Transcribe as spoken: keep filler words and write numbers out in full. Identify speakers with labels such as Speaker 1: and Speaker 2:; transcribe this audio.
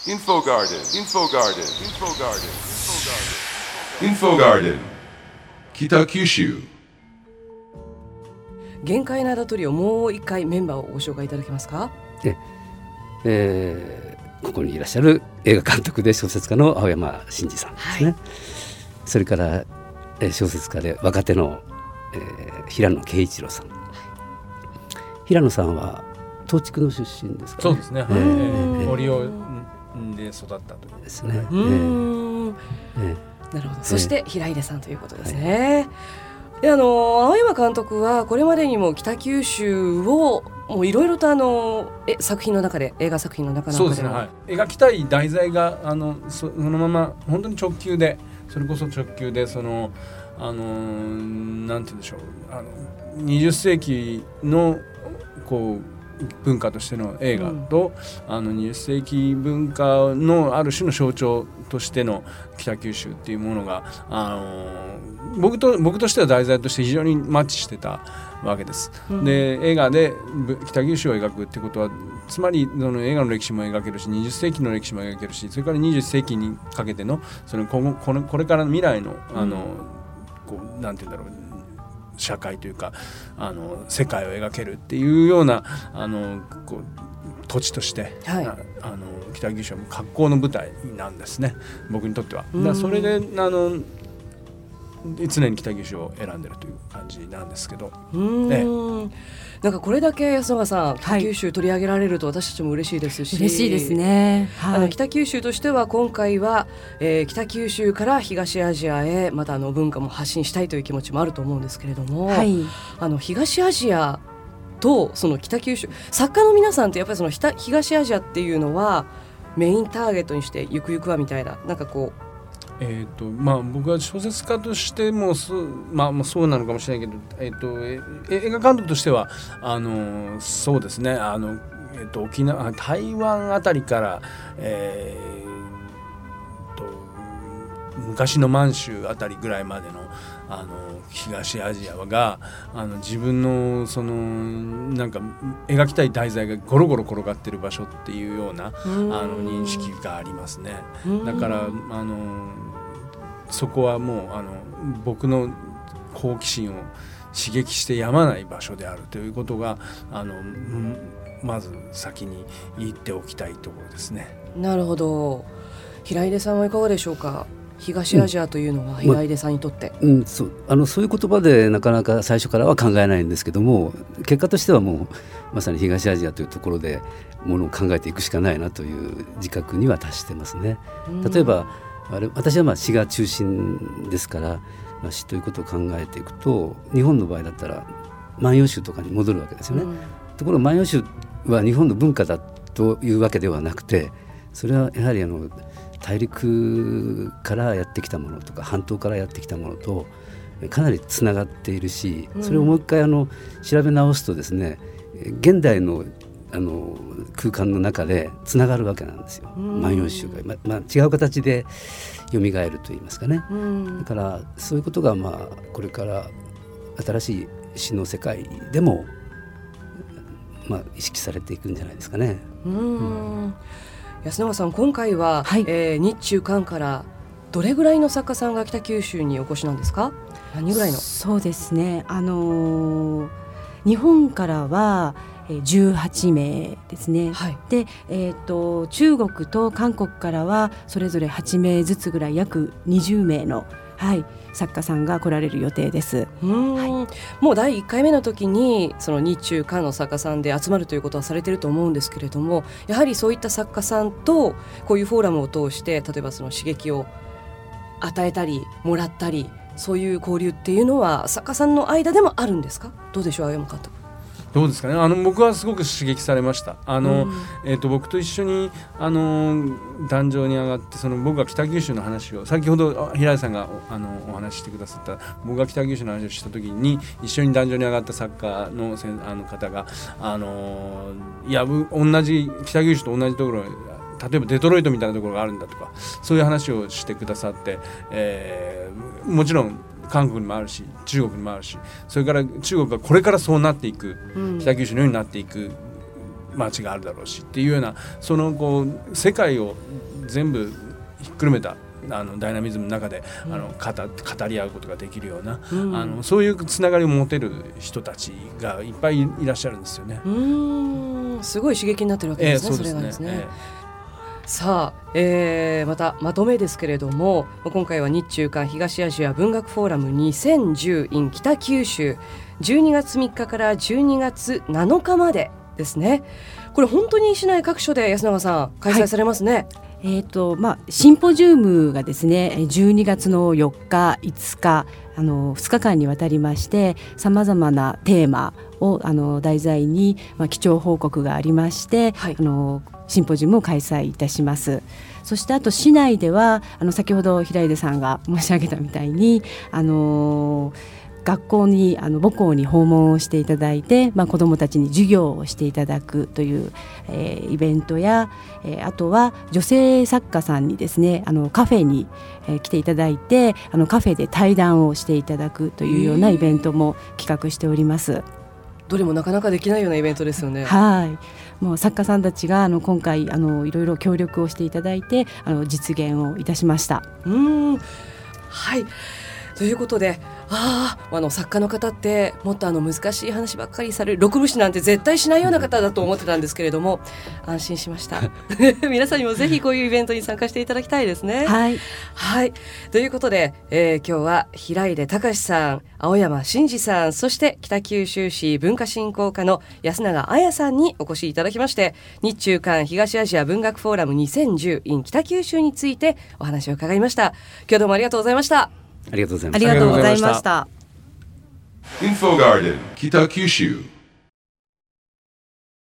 Speaker 1: Info Garden, Info Garden, Info Garden, Info Garden, Kita Kyushu。
Speaker 2: 限界なだトリオ、もう一回メンバーをご紹介いただけますか。
Speaker 3: で、えー、ここにいらっしゃる映画監督で小説家の青山真治さんですね、はい、それから、えー、小説家で若手の、えー、平野啓一郎さん。平野さんは東筑の出身ですかね。
Speaker 4: そうですね、えー、森をで育ったという
Speaker 3: ですね。
Speaker 2: うーん、えー、なるほど。そして平出さんということですね、はい。であの青山監督はこれまでにも北九州をもういろいろとあのえ作品の中で映画作品の中で
Speaker 4: そうですね、はい、描きたい題材があの そ, そのまま本当に直球でそれこそ直球でそのあのなんて言うんでしょう、あのにじゅっ世紀のこう文化としての映画と、うん、あのにじゅっ世紀文化のある種の象徴としての北九州っていうものがあの 僕, と僕としては題材として非常にマッチしてたわけです、うん、で映画で北九州を描くってことはつまりその映画の歴史も描けるしにじゅっ世紀の歴史も描けるしそれからにじゅっ世紀にかけてのそのこれ、これからの未来の、あのこうなんて言うんだろう社会というかあの世界を描けるっていうようなあのこう土地として、はい、ああの北九州は格好の舞台なんですね、僕にとっては。だからそれであの常に北九州を選んでるという感じなんですけど、
Speaker 2: うーん、ええ、なんかこれだけ安永さん北九州取り上げられると私たちも嬉しいですし、
Speaker 5: 嬉しいですね、はい、
Speaker 2: あの北九州としては今回は、えー、北九州から東アジアへまたあの文化も発信したいという気持ちもあると思うんですけれども、はい、あの東アジアとその北九州作家の皆さんってやっぱりその東アジアっていうのはメインターゲットにしてゆくゆくはみたいななんかこう
Speaker 4: えーとまあ、僕は小説家としてもそ、まあ、まあそうなのかもしれないけど、えーと、え映画監督としてはあのそうですねあの、えーと、沖縄台湾あたりから、えー、と昔の満州あたりぐらいまでの、あの東アジアがあの自分のそのなんか描きたい題材がゴロゴロ転がってる場所っていうようなあの認識がありますね。だからあのそこはもうあの僕の好奇心を刺激してやまない場所であるということがあのまず先に言っておきたいところですね。
Speaker 2: なるほど。平出さんはいかがでしょうか。東アジアというのは平出さんにとって、
Speaker 3: うんまうん、そうあのそういう言葉でなかなか最初からは考えないんですけども、結果としてはもうまさに東アジアというところでものを考えていくしかないなという自覚には達してますね。例えばあれ私はまあ詩が中心ですから、まあ、詩ということを考えていくと日本の場合だったら万葉集とかに戻るわけですよね、うん、ところが万葉集は日本の文化だというわけではなくて、それはやはりあの大陸からやってきたものとか半島からやってきたものとかなりつながっているし、それをもう一回あの調べ直すとですね、現代のあの空間の中でつながるわけなんですよ、万葉集が、ままあ、違う形で蘇るといいますかね。だからそういうことが、まあ、これから新しい詩の世界でも、まあ、意識されていくんじゃないですかね。
Speaker 2: うーん、うん安永さん、今回は、はいえー、日中韓からどれぐらいの作家さんが北九州にお越しなんですか。何人ぐらいの。
Speaker 5: そうですね、あのー、日本からはじゅうはちめいですね、はい、で、えーと、中国と韓国からはそれぞれはちめいずつぐらい約にじゅうめいの、はい、作家さんが来られる予定です。
Speaker 2: うーん、はい、もうだいいっかいめの時にその日中韓の作家さんで集まるということはされていると思うんですけれども、やはりそういった作家さんとこういうフォーラムを通して例えばその刺激を与えたりもらったり、そういう交流っていうのは作家さんの間でもあるんですか。どうでしょう、青山監督。
Speaker 4: どうですかね。あの僕はすごく刺激されました。あの、うんえー、と僕と一緒にあの壇上に上がって、その僕が北九州の話を先ほど平井さんが お, あのお話してくださった僕が北九州の話をした時に一緒に壇上に上がった作家 の, せあの方があのいや同じ北九州と同じところ、例えばデトロイトみたいなところがあるんだとか、そういう話をしてくださって、えー、もちろん韓国にもあるし中国にもあるし、それから中国がこれからそうなっていく、うん、北九州のようになっていく街があるだろうしっていうような、そのこう世界を全部ひっくるめたあのダイナミズムの中で、うん、あの 語, 語り合うことができるような、うん、あのそういうつながりを持てる人たちがいっぱいいらっしゃるんですよね。
Speaker 2: うーん、すごい刺激になってるわけですね、えー、そうですね、それがですね、えーさあ、えー、またまとめですけれども、今回は日中韓東アジア文学フォーラムにせんじゅう in 北九州、じゅうにがつみっかからじゅうにがつなのかまでですね。これ本当に市内各所で安永さん開催されますね。はい、
Speaker 5: えーとまあ、シンポジウムがですねじゅうにがつのよっかいつかあのふつかかんにわたりましてさまざまなテーマをあの題材に、まあ、基調報告がありまして、はい、あのシンポジウムを開催いたします。そしてあと市内ではあの先ほど平出さんが申し上げたみたいにあの学校にあの母校に訪問をしていただいて、まあ、子どもたちに授業をしていただくという、えー、イベントや、えー、あとは女性作家さんにですねあのカフェに、えー、来ていただいてあのカフェで対談をしていただくというようなイベントも企画しております。
Speaker 2: どれもなかなかできないようなイベントですよね。
Speaker 5: はい、もう作家さんたちがあの今回あのいろいろ協力をしていただいてあの実現をいたしました。
Speaker 2: うーん、はい、ということでああの作家の方ってもっとあの難しい話ばっかりされる録無視なんて絶対しないような方だと思ってたんですけれども安心しました皆さんにもぜひこういうイベントに参加していただきたいですね。
Speaker 5: はい、
Speaker 2: はい、ということで、えー、今日は平出隆さん、青山真司さん、そして北九州市文化振興課の安永彩さんにお越しいただきまして、日中韓東アジア文学フォーラムにせんじゅう in 北九州についてお話を伺いました。今日どうもありがとうございました。
Speaker 3: ありがとうございました。
Speaker 5: ありがとうございました。
Speaker 1: インフォガーデン北九州。